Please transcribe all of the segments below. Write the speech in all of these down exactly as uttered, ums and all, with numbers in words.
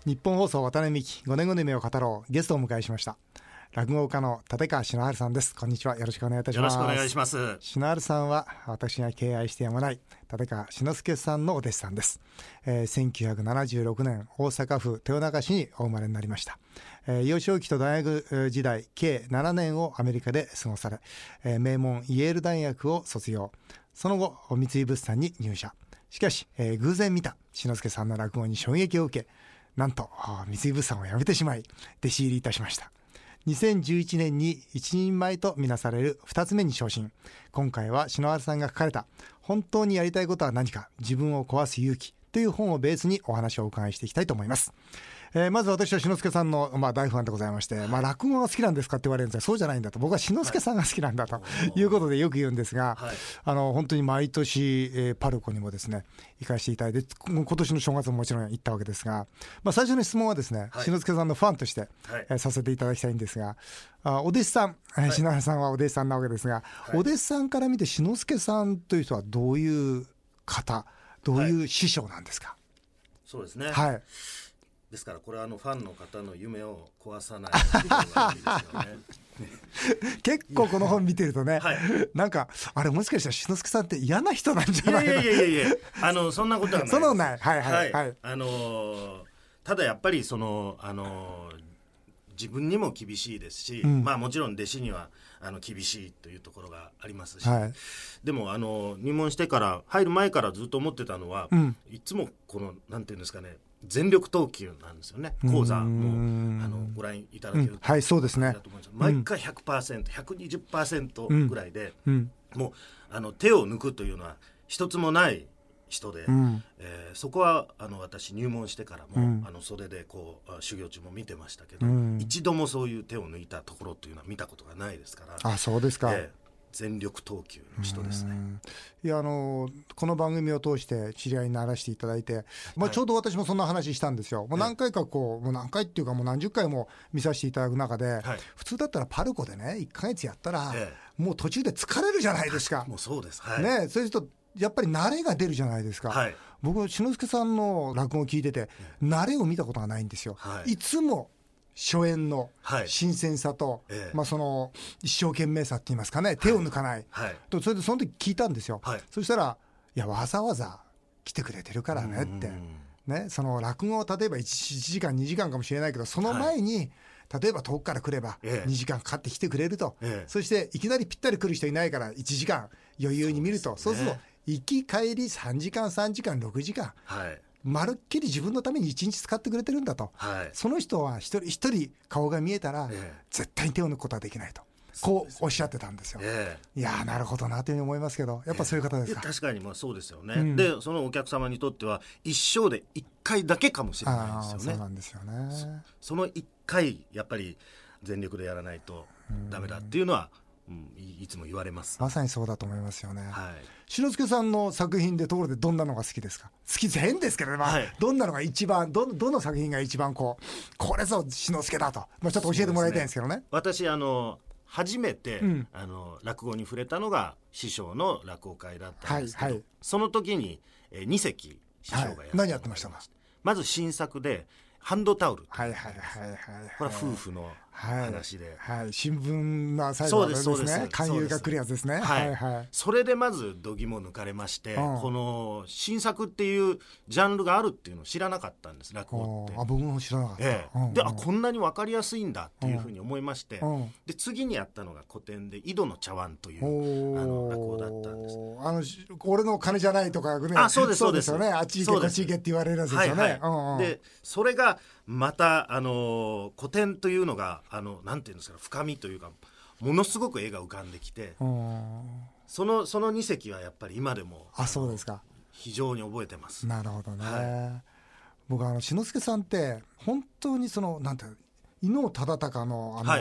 日本放送渡辺美希ごねんごの夢を語ろう。ゲストをお迎えしました。落語家の立川志の治さんです。こんにちは。よろしくお願いいたします。 よろしくお願いします。 志の治さんは私が敬愛してやまない立川志の輔さんのお弟子さんです。えー、せんきゅうひゃくななじゅうろくねん大阪府豊中市にお生まれになりました。えー、幼少期と大学時代計ななねんをアメリカで過ごされ、えー、名門イェール大学を卒業。その後三井物産に入社。しかし、えー、偶然見た志の輔さんの落語に衝撃を受け、なんと三井物産を辞めてしまい弟子入りいたしました。にせんじゅういちねんに一人前とみなされるふたつめに昇進。今回は志の治さんが書かれた本当にやりたいことは何か、自分を壊す勇気という本をベースにお話をお伺いしていきたいと思います。えー、まず私は志の輔さんの、まあ、大ファンでございまして、まあ、落語が好きなんですかって言われるんですが、そうじゃないんだと、僕は志の輔さんが好きなんだということでよく言うんですが、はい、あの本当に毎年、えー、パルコにもですね行かせていただいて、今年の正月ももちろん行ったわけですが、まあ、最初の質問はですね、志の輔さんのファンとして、はいえー、させていただきたいんですが、あお弟子さん、はい、志の治さんはお弟子さんなわけですが、はい、お弟子さんから見て志の輔さんという人はどういう方、どういう師匠なんですか？はい、 そうですね、 はい、 ですからこれはあのファンの方の夢を壊さない師匠がいいですよね。 結構この本見てるとね、はい、なんかあれもしかしたら志の輔さんって嫌な人なんじゃないの？ いやいやいやいやあのそんなことはないです。 そのないはいはい、はい、 あのー、ただやっぱりそのあのー、自分にも厳しいですし、うん、まあもちろん弟子にはあの厳しいというところがありますし、はい、でもあの入門してから入る前からずっと思ってたのは、うん、いつもこのなんていうんですかね、全力投球なんですよね。講座もあのご覧いただけると、うん、 はいそうですね。 毎回 ひゃくパーセント、ひゃくにじゅっパーセント ぐらいで、うんうん、もうあの手を抜くというのは一つもない人で、うんえー、そこはあの私入門してからも、うん、あの袖でこう修行中も見てましたけど、うん、一度もそういう手を抜いたところというのは見たことがないですから。 あ、そうですか。 えー全力投球の人ですね。 いやあのこの番組を通して知り合いにならせていただいて、まあ、ちょうど私もそんな話したんですよ。はい、もう何回かこう、もう何回っていうかもう何十回も見させていただく中で、はい、普通だったらパルコでねいっかげつやったら、ええ、もう途中で疲れるじゃないですか。 もうそうです、はい、 ね、そういう人やっぱり慣れが出るじゃないですか。はい、僕志の輔さんの落語を聞いてて、うん、慣れを見たことがないんですよ。はい、いつも初演の新鮮さと、はいええまあ、その一生懸命さって言いますかね、手を抜かない、はい、とそれでその時聞いたんですよ。はい、そしたらいやわざわざ来てくれてるからねって、ね、その落語を例えばいちじかんにじかんかもしれないけど、その前に、はい、例えば遠くから来ればにじかんかかって来てくれると、ええ、そしていきなりぴったり来る人いないからいちじかん余裕に見ると、そうですね、そうすると行き帰りさんじかんさんじかんろくじかん、はいまるっきり自分のために一日使ってくれてるんだと、はい、その人は一人一人顔が見えたら、ええ、絶対に手を抜くことはできないと、こうおっしゃってたんですよ。ええ、いやなるほどなというふうに思いますけど、やっぱそういう方ですか？ ええ、確かにまあそうですよね。うん、でそのお客様にとっては一生でいっかいだけかもしれないですよね。 そうなんですよね。 そ, そのいっかいやっぱり全力でやらないとダメだっていうのは、うん、い, いつも言われます。 まさにそうだと思いますよね。はい、志の輔さんの作品でところでどんなのが好きですか？好き全ですけどね、まあはい、どんなのが一番 ど, どの作品が一番こうこれぞ志の輔だと、まあ、ちょっと教えてもらいたいんですけど ね, ね私あの初めて、うん、あの落語に触れたのが師匠の落語会だったんですけど、はいはい、その時に、えー、に席師匠がやって、はい、 何やってましたか？ まず新作でハンドタオル、 はいはいはいはい、 これは夫婦の話で、 はいはい、新聞の最後のですね、勧誘が来るやつですね。 はいはい、それでまず度肝抜かれまして、うん、この新作っていうジャンルがあるっていうのを知らなかったんです、落語って。 あ、僕も知らなかった。 ええ、で、あ、こんなに分かりやすいんだっていうふうに思いまして、うん、で次にやったのが古典で井戸の茶碗というあの落語だったんです。 あの俺の金じゃないとかね、 あ、そうですそうですよね、あっち行けこっち行けって言われるやつですよね。はいはい、うんうん、でそれがまたあの古典というのがあのなんていうんですか、深みというかものすごく絵が浮かんできて、そのそのに席はやっぱり今でもあそうですか、 非常に覚えてます。 なるほどね。 はい、 僕あの志の輔さんって本当にそのなんて伊能忠敬のあの、はい、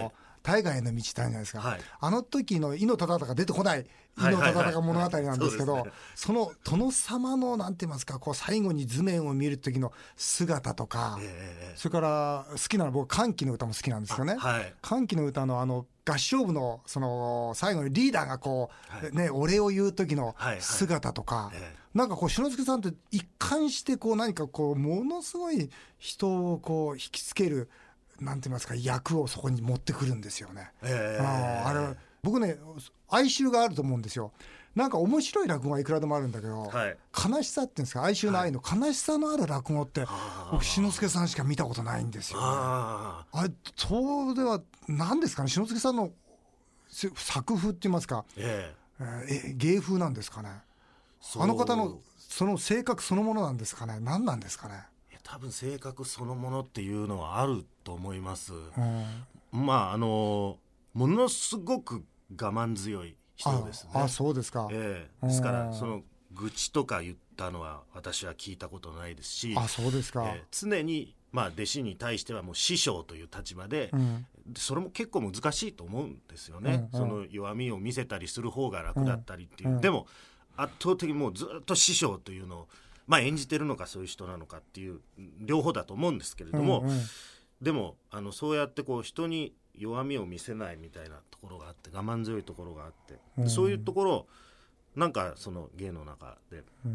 大河への道ってあるじゃないですか、 はい、 あの時の伊能忠敬が出てこない伊能忠敬物語なんですけど、その殿様のなんて言いますか、こう最後に図面を見る時の姿とか、えー、それから好きなの僕歓喜の歌も好きなんですよね、はい、歓喜の歌のあの合唱部のその最後にリーダーがこう、はいね、お礼を言う時の姿とか、はいはい、なんかこう篠介さんって一貫してこう何かこうものすごい人をこう引きつけるなんて言いますか役をそこに持ってくるんですよね、えー、あ, あれ僕ね哀愁があると思うんですよ。なんか面白い落語はいくらでもあるんだけど、はい、悲しさっていうんですか、哀愁の愛の悲しさのある落語って、はい、僕篠介さんしか見たことないんですよ、ね、ああれそうでは何ですかね、篠介さんの作風って言いますか、えーえー、芸風なんですかね、あの方のその性格そのものなんですかね、何なんですかね。 多分性格そのものっていうのはあると思います、うん、まああのものすごく我慢強い人ですね。 ああそうですか、 えー、ですからその愚痴とか言ったのは私は聞いたことないですし、 あそうですか、えー、常にまあ弟子に対してはもう師匠という立場で、うん、それも結構難しいと思うんですよね、うんうん、その弱みを見せたりする方が楽だったりっていう、うんうん、でも圧倒的にもうずっと師匠というのを、まあ、演じてるのかそういう人なのかっていう両方だと思うんですけれども、うんうん、でもあのそうやってこう人に弱みを見せないみたいなところがあって、我慢強いところがあって、うん、そういうところなんかその芸の中で、うん、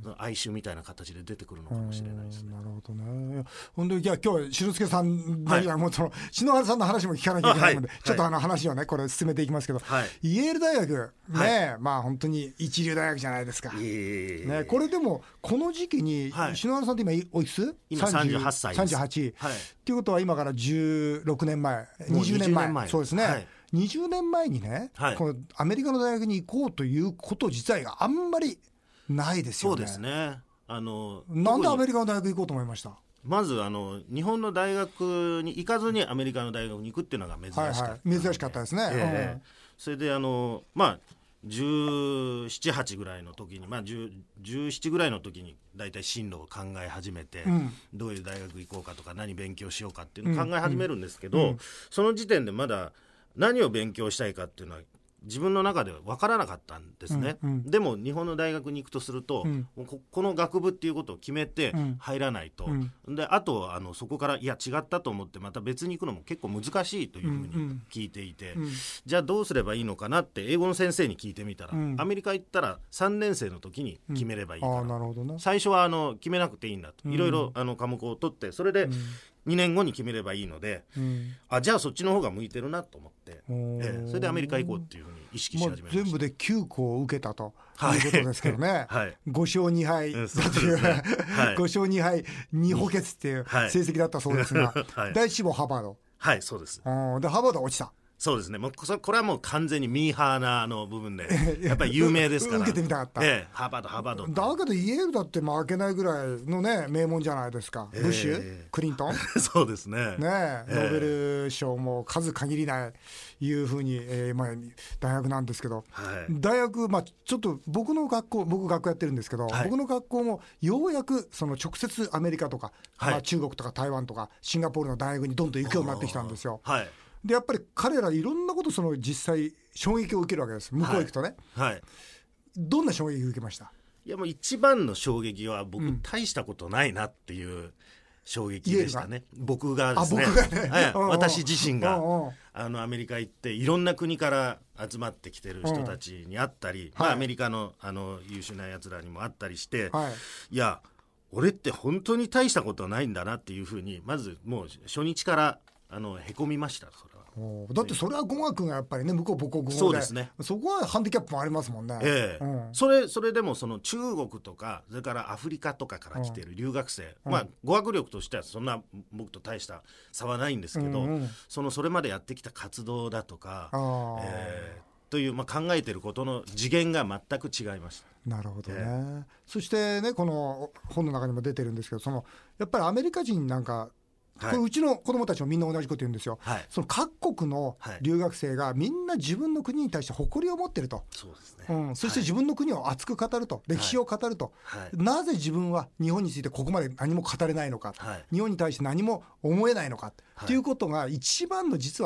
哀愁みたいな形で出てくるのかもしれないですね。 なるほどね。本当にじゃあ今日篠介さんだけはもうその篠原さんの話も聞かなきゃいけないので、はい、ちょっとあの話をねこれ進めていきますけど、はい、イェール大学ね、はい、まあ本当に一流大学じゃないですか、ね、これでもこの時期に、はい、篠原さんって今おいくつ？ 今さんじゅうはっさいです。 さんじゅうはち、はい、っていうことは今からじゅうろくねんまえ、にじゅうねんまえ、にじゅうねんまえそうですね、はい、にじゅうねんまえにね、はい、このアメリカの大学に行こうということ自体があんまりないですよね。 そうですね。あのなんでアメリカの大学行こうと思いました？ まずあの日本の大学に行かずにアメリカの大学に行くっていうのが珍しかった、はいはい、 珍しかったですね、えーうん、それであのまあじゅうなな、はちぐらいの時に、まあ、じゅう、じゅうななぐらいの時に大体進路を考え始めて、うん、どういう大学行こうかとか何勉強しようかっていうのを考え始めるんですけど、うんうん、その時点でまだ何を勉強したいかっていうのは自分の中では分からなかったんですね、うんうん、でも日本の大学に行くとすると、うん、こ, この学部っていうことを決めて入らないと、うんうん、であとあのそこからいや違ったと思ってまた別に行くのも結構難しいというふうに聞いていて、うんうん、じゃあどうすればいいのかなって英語の先生に聞いてみたら、うん、アメリカ行ったらさんねん生の時に決めればいいから、うん、あ、なるほどね、最初はあの決めなくていいんだと、いろいろあの科目を取ってそれで、うんにねんごに決めればいいので、うん、あじゃあそっちの方が向いてるなと思って、ええ、それでアメリカ行こうっていうふうに意識し始めました、まあ、 全部できゅうこを受けたということですけどね、はい、ご勝に敗だという、はい、ご勝に敗に補欠っていう成績だったそうですが、はい、第一志望ハーバード、 はいそうです。 でハーバードは落ちた。 そうですね、もうこれはもう完全にミーハーなの部分でやっぱり有名ですから受けてみたかった、 ええ、ハーバードハーバードだけどイェールだって負けないぐらいのね名門じゃないですか、えー、ブッシュクリントンそうですね、 ね、えー、ノーベル賞も数限りないいうふうに、えーまあ、大学なんですけど、はい、大学、まあ、ちょっと僕の学校僕学校やってるんですけど、はい、僕の学校もようやくその直接アメリカとか、はい、まあ、中国とか台湾とかシンガポールの大学にどんどん行くようになってきたんですよ。はい、でやっぱり彼らいろんなことその実際衝撃を受けるわけです、向こう行くとね、はいはい、どんな衝撃を受けました？ いやもう一番の衝撃は僕、うん、大したことないなっていう衝撃でしたね。僕がですね、あ僕がね、はい、私自身があのアメリカ行っていろんな国から集まってきてる人たちに会ったり、まあ、アメリカ の, あの優秀なやつらにも会ったりして、はい、いや俺って本当に大したことはないんだなっていうふうにまずもう初日からあのへこみました。それはだってそれは語学がやっぱりね向こう母国語で、 そうですね、 そこはハンディキャップもありますもんね、 ええ、うん、それそれでもその中国とかそれからアフリカとかから来ている留学生、うん、まあ、語学力としてはそんな僕と大した差はないんですけど、うんうん、そのそれまでやってきた活動だとか、えー、という、まあ、考えていることの次元が全く違いました。 なるほどね、えー、そしてねこの本の中にも出てるんですけど、そのやっぱりアメリカ人なんかこれうちの子供たちもみんな同じこと言うんですよ、はい、その各国の留学生がみんな自分の国に対して誇りを持ってると、 そうですね、 うん、そして自分の国を熱く語ると、はい、歴史を語ると、はい、なぜ自分は日本についてここまで何も語れないのか、はい、日本に対して何も思えないのか、はい、っていうことが一番の実は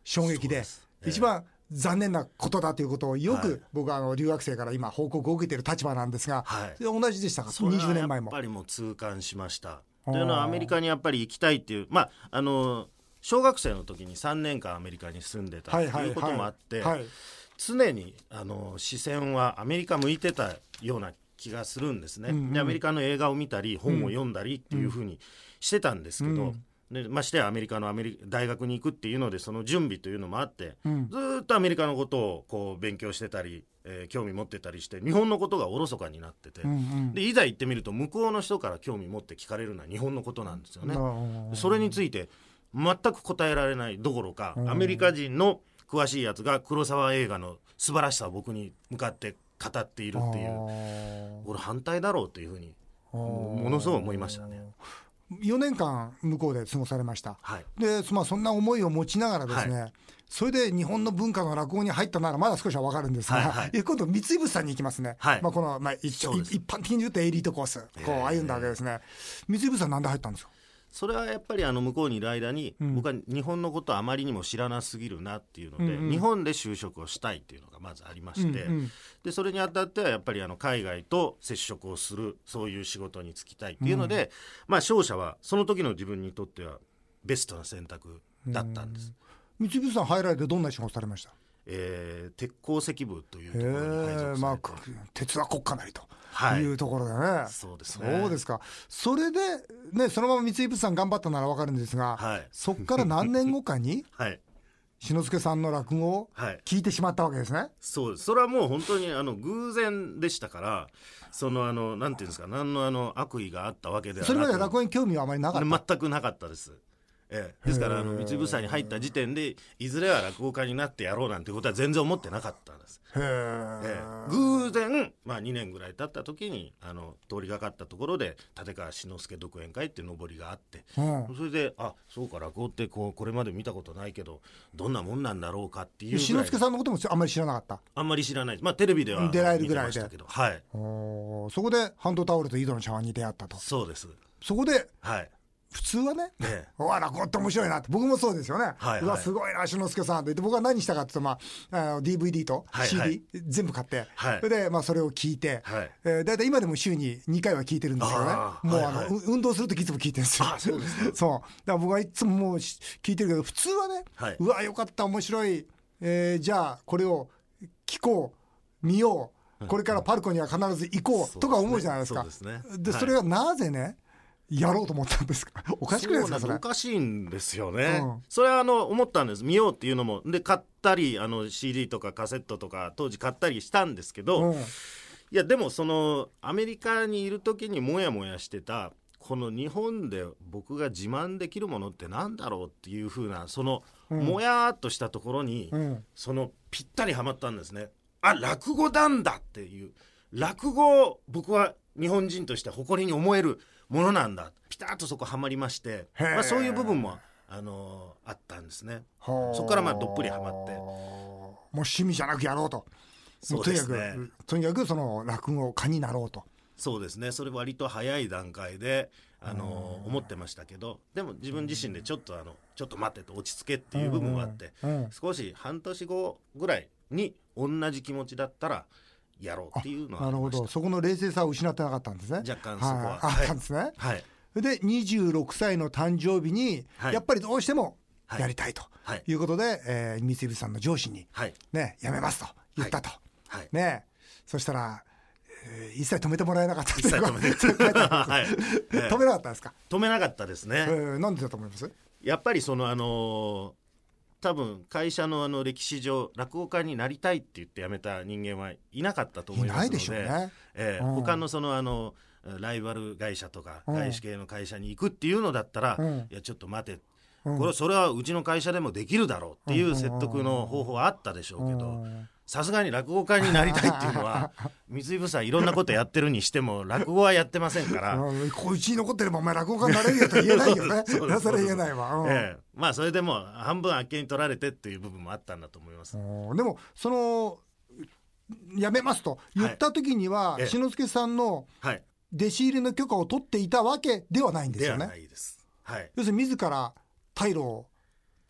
衝撃で、えー、一番残念なことだということをよく、はい、僕はあの留学生から今報告を受けている立場なんですが、はい、同じでしたか？にじゅうねんまえも。 やっぱりもう痛感しました。というのはアメリカにやっぱり行きたいっていう、まああの小学生の時にさんねんかんアメリカに住んでたということもあって、はいはいはい、常にあの視線はアメリカ向いてたような気がするんですね、うんうん、でアメリカの映画を見たり本を読んだりっていうふうにしてたんですけど、うんでましてやアメリカのアメリ大学に行くっていうのでその準備というのもあって、うん、ずっとアメリカのことをこう勉強してたり、えー、興味持ってたりして日本のことがおろそかになってて、うんうん、でいざ行ってみると向こうの人から興味持って聞かれるのは日本のことなんですよね。それについて全く答えられないどころか、うん、アメリカ人の詳しいやつが黒沢映画の素晴らしさを僕に向かって語っているっていうこれ反対だろうというふうにものすごい思いましたね。 よねんかん向こうで過ごされました、 はい、 で、まあ、そんな思いを持ちながらですね、はい、それで日本の文化の落語に入ったならまだ少しは分かるんですが、はいはい、今度三井物産に行きますね、はいまあこのまあ、一, 一般的に言うとエリートコースこう歩んだわけですね、えー、三井物産なんで入ったんですか？ それはやっぱりあの向こうにいる間に、うん、僕は日本のことをあまりにも知らなすぎるなっていうので、うんうん、日本で就職をしたいっていうのがまずありまして、うんうん、でそれにあたってはやっぱりあの海外と接触をするそういう仕事に就きたいっていうので、うんまあ、商社はその時の自分にとってはベストな選択だったんです。 三井物産入られてどんな仕事されました？ えー、鉄鉱石部というところに配属されて、まあ、 鉄は国家なりというところでね、はい、 そうですね。 そうですか。それで、ね、そのまま三井物産頑張ったなら分かるんですが、はい、そこから何年後かに、はい、志の輔さんの落語を聞いてしまったわけですね、はい、 そうです。それはもう本当にあの偶然でしたからそのあのなんていうんですか何のあの悪意があったわけではなく、 それまで落語に興味はあまりなかった？ 全くなかったです。ええ、ですからあの三井物産に入った時点でいずれは落語家になってやろうなんてことは全然思ってなかったんです。へー、ええ、偶然、まあ、にねんぐらい経った時にあの通りがかったところで立川志の輔独演会っていう上りがあって、うん、それであそうか落語ってこうこれまで見たことないけどどんなもんなんだろうかっていうぐらい。 志の輔さんのこともあんまり知らなかった？ あんまり知らない、まあ、テレビでは出られるぐらいで、 はい、 おそこでハンドタオルと井戸の茶碗に出会ったと。 そうです。 そこで、 はい普通はね、 ねおわ落語って面白いなって僕もそうですよね、はいはい、うわすごいな志の輔さんって言って僕は何したかって言うと、まあ、あの ディーブイディー と シーディー、はいはい、全部買って、はい、それで、まあ、それを聞いて、はいえー、だいたい今でも週ににかいは聞いてるんですけどね。もうあの、はいはい、運動するときいつも聞いてるんですよ。 あそうですね。 そうだから僕はいつももう聞いてるけど普通はね、はい、うわよかった面白い、えー、じゃあこれを聞こう見ようこれからパルコには必ず行こうとか思うじゃないですか。 そうですね。 でそれがなぜねやろうと思ったんですか？おかしくないですか？それおかしいんですよね、うん、それはあの思ったんです。見ようっていうのもで買ったりあの シーディー とかカセットとか当時買ったりしたんですけど、うん、いやでもそのアメリカにいる時にもやもやしてたこの日本で僕が自慢できるものってなんだろうっていう風なそのもやっとしたところに、うん、そのぴったりはまったんですね。あ落語なんだっていう落語を僕は日本人として誇りに思えるものなんだピタッとそこはまりまして、まあ、そういう部分も、あのー、あったんですね。そこからまあどっぷりはまってもう趣味じゃなくやろうと。 そうですね。 とにかくとにかくその落語家になろうと。 そうですね。それ割と早い段階で、あのー、思ってましたけどでも自分自身でちょっとあのちょっと待ってと落ち着けっていう部分はあって、うんうんうん、少し半年後ぐらいに同じ気持ちだったらやろうっていうのはありました。なるほど。 そこの冷静さを失ってなかったんですね。 若干そこは、はい、 あったんですね、はい、でにじゅうろくさいの誕生日に、はい、やっぱりどうしてもやりたいということで、はいえー、三井物産の上司に、はいね、辞めますと言ったと、はいはいね、そしたら、えー、一切止めてもらえなかったというか止めなかったですか？ 止めなかったですね、 えー、なんでだと思います？ やっぱりそのあのー多分会社 の, あの歴史上落語家になりたいって言って辞めた人間はいなかったと思いますので、いないでしょうね、えーうん、他 の, そのあのライバル会社とか外資系の会社に行くっていうのだったら、うん、いやちょっと待て、うん、これそれはうちの会社でもできるだろうっていう説得の方法はあったでしょうけど、さすがに落語家になりたいっていうのは三井物産いろんなことやってるにしても落語はやってませんからこうちに残ってればお前落語家になれるよと言えないよねそれそれ言えないわ、うんええ、まあそれでも半分あっけに取られてっていう部分もあったんだと思います。 でもそのやめますと言った時には、はい、志の輔さんの弟子入りの許可を取っていたわけではないんですよね。 ではないです、はい、 要するに自ら退路を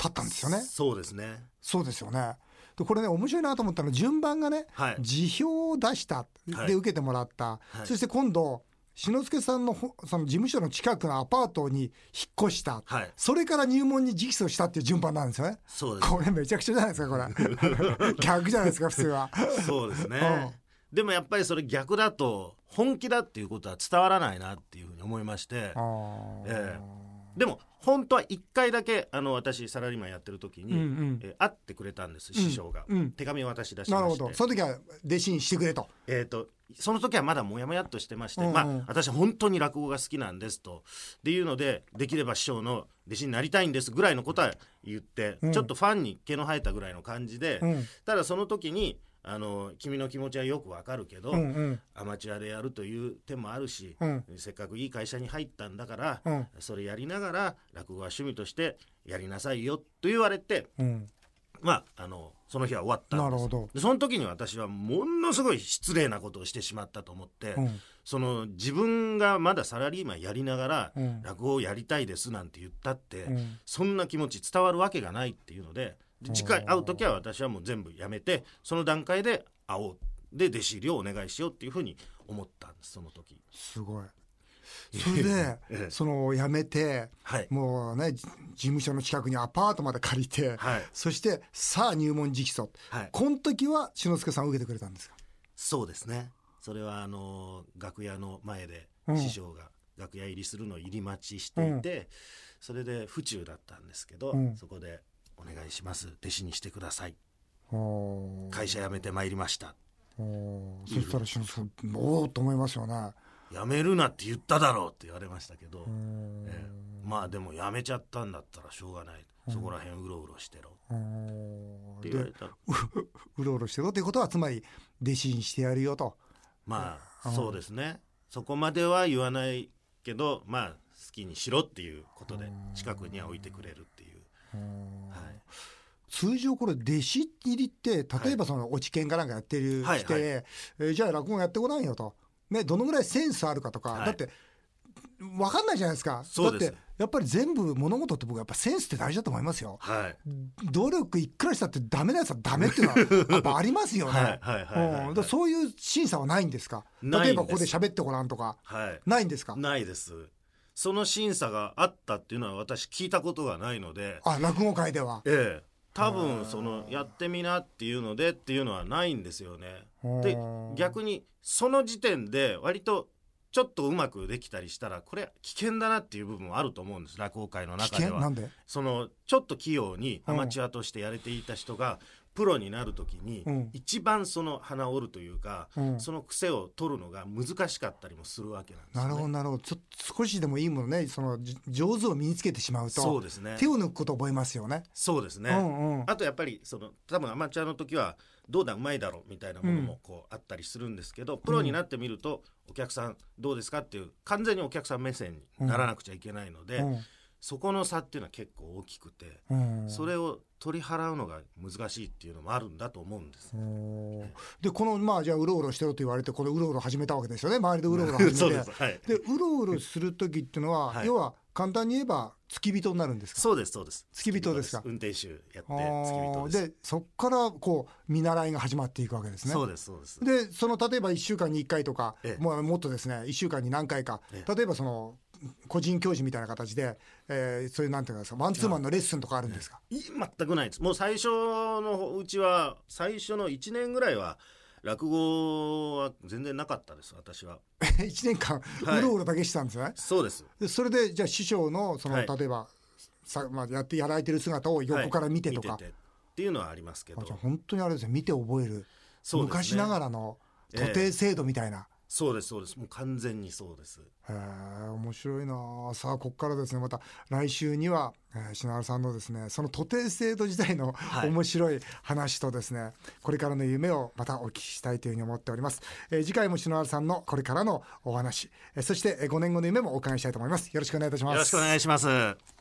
立ったんですよね。 そうですね。 そうですよね。でこれね面白いなと思ったのは順番がね、 はい、 辞表を出したで受けてもらった、はい、そして今度志の輔さん の, その事務所の近くのアパートに引っ越した、はい、それから入門に直訴したっていう順番なんですよね。 そうです。 これめちゃくちゃじゃないですかこれ逆じゃないですか普通は。 そうですね、うん、でもやっぱりそれ逆だと本気だっていうことは伝わらないなっていうふうに思いまして、えー、でも本当はいっかいだけあの私サラリーマンやってる時に、うんうん、えー、会ってくれたんです、師匠が、うんうん、手紙を渡し出しまして。なるほど。 その時は弟子にしてくれと、 えーとその時はまだもやもやっとしてまして、うんうん、まあ私本当に落語が好きなんですとっていうので、できれば師匠の弟子になりたいんですぐらいのことは言って、うん、ちょっとファンに毛の生えたぐらいの感じで、うん、ただその時にあの君の気持ちはよくわかるけど、うんうん、アマチュアでやるという手もあるし、うん、せっかくいい会社に入ったんだから、うん、それやりながら落語は趣味としてやりなさいよと言われて、うん、まああのその日は終わったんです。 なるほど。 でその時に私はものすごい失礼なことをしてしまったと思って、うん、その自分がまだサラリーマンやりながら、うん、落語をやりたいですなんて言ったって、うん、そんな気持ち伝わるわけがないっていうので、次回会う時は私はもう全部やめて、その段階で会おうで弟子入りをお願いしようっていうふうに思ったんです。その時すごい。それでその辞めて、はい、もうね事務所の近くにアパートまで借りて、はい、そしてさあ入門直訴、はい、この時は志の輔さんを受けてくれたんですか？ そうですね。それはあの楽屋の前で師匠が楽屋入りするのを入り待ちしていて、うん、それで府中だったんですけど、うん、そこでお願いします、弟子にしてください、会社辞めてまいりました。 そしたら志の輔さんおおと思いますよね。 辞めるなって言っただろうって言われましたけど、えー、まあでも辞めちゃったんだったらしょうがない、そこら辺うろうろしてろって言われた。 う, うろうろしてろということはつまり弟子にしてやるよと。 まあそうですね、そこまでは言わないけど、まあ好きにしろっていうことで近くには置いてくれるっていう、はい、 通常これ弟子入りって例えばその落ち研かなんかやってるして、はいはいはい、えー、じゃあ落語やってごらんよとね、どのぐらいセンスあるかとか、はい、だって分かんないじゃないですか。 そうです。 だってやっぱり全部物事って僕やっぱセンスって大事だと思いますよ、はい、努力いくらしたってダメなやつはダメっていうのはやっぱありますよね。そういう審査はないんですか？例えばここで喋ってごらんとか、はい、ないんですか？ ないです。その審査があったっていうのは私聞いたことがないので。 あ、落語界では、 ええ、多分そのやってみなっていうのでっていうのはないんですよね。で逆にその時点で割とちょっとうまくできたりしたらこれ危険だなっていう部分はあると思うんです、落語界の中では。 なんで？ そのちょっと器用にアマチュアとしてやれていた人がプロになるときに、うん、一番その鼻を折るというか、うん、その癖を取るのが難しかったりもするわけなんですね。 なるほどなるほど。ちょっと少しでもいいものね、その上手を身につけてしまうと、そうですね、手を抜くことを覚えますよね。 そうですね、うんうん、あとやっぱりその多分アマチュアの時はどうだうまいだろうみたいなものもこうあったりするんですけど、うん、プロになってみるとお客さんどうですかっていう完全にお客さん目線にならなくちゃいけないので、うんうん、そこの差っていうのは結構大きくて、うん、それを取り払うのが難しいっていうのもあるんだと思うんです。 でこのまあじゃあうろうろしてろと言われてこのうろうろ始めたわけですよね。周りでうろうろ始めてそうです、はい、でうろうろする時っていうのは、はい、要は簡単に言えば付き人になるんですか？ そうですそうです。 付き人ですか？ 運転手やって付き人です。 でそこからこう見習いが始まっていくわけですね。 そうですそうです。 でその例えばいっしゅうかんにいっかいとか、ええ、もうもっとですねいっしゅうかんに何回か、ええ、例えばその個人教授みたいな形で、えー、そういうなんていうんですかマンツーマンのレッスンとかあるんですか？ い全くないです。もう最初のうちは最初のいちねんぐらいは落語は全然なかったです。私はいちねんかんうろうろだけしてたんですね、はい、 そうです。 でそれでじゃあ師匠のその、はい、例えばさ、まあ、やってやられてる姿を横から見てとか、はい、 見ててっていうのはありますけど、 じゃあ本当にあれですね見て覚える、ね、昔ながらの徒弟制度みたいな、えーそうですそうです。もう完全にそうです。 へー面白いな。さあここからですねまた来週には、えー、篠原さんのですねその徒弟制度時代の、はい、面白い話とですねこれからの夢をまたお聞きしたいというふうに思っております、えー、次回も篠原さんのこれからのお話、えー、そしてごねんごの夢もお伺いしたいと思います。よろしくお願いいたします。 よろしくお願いします。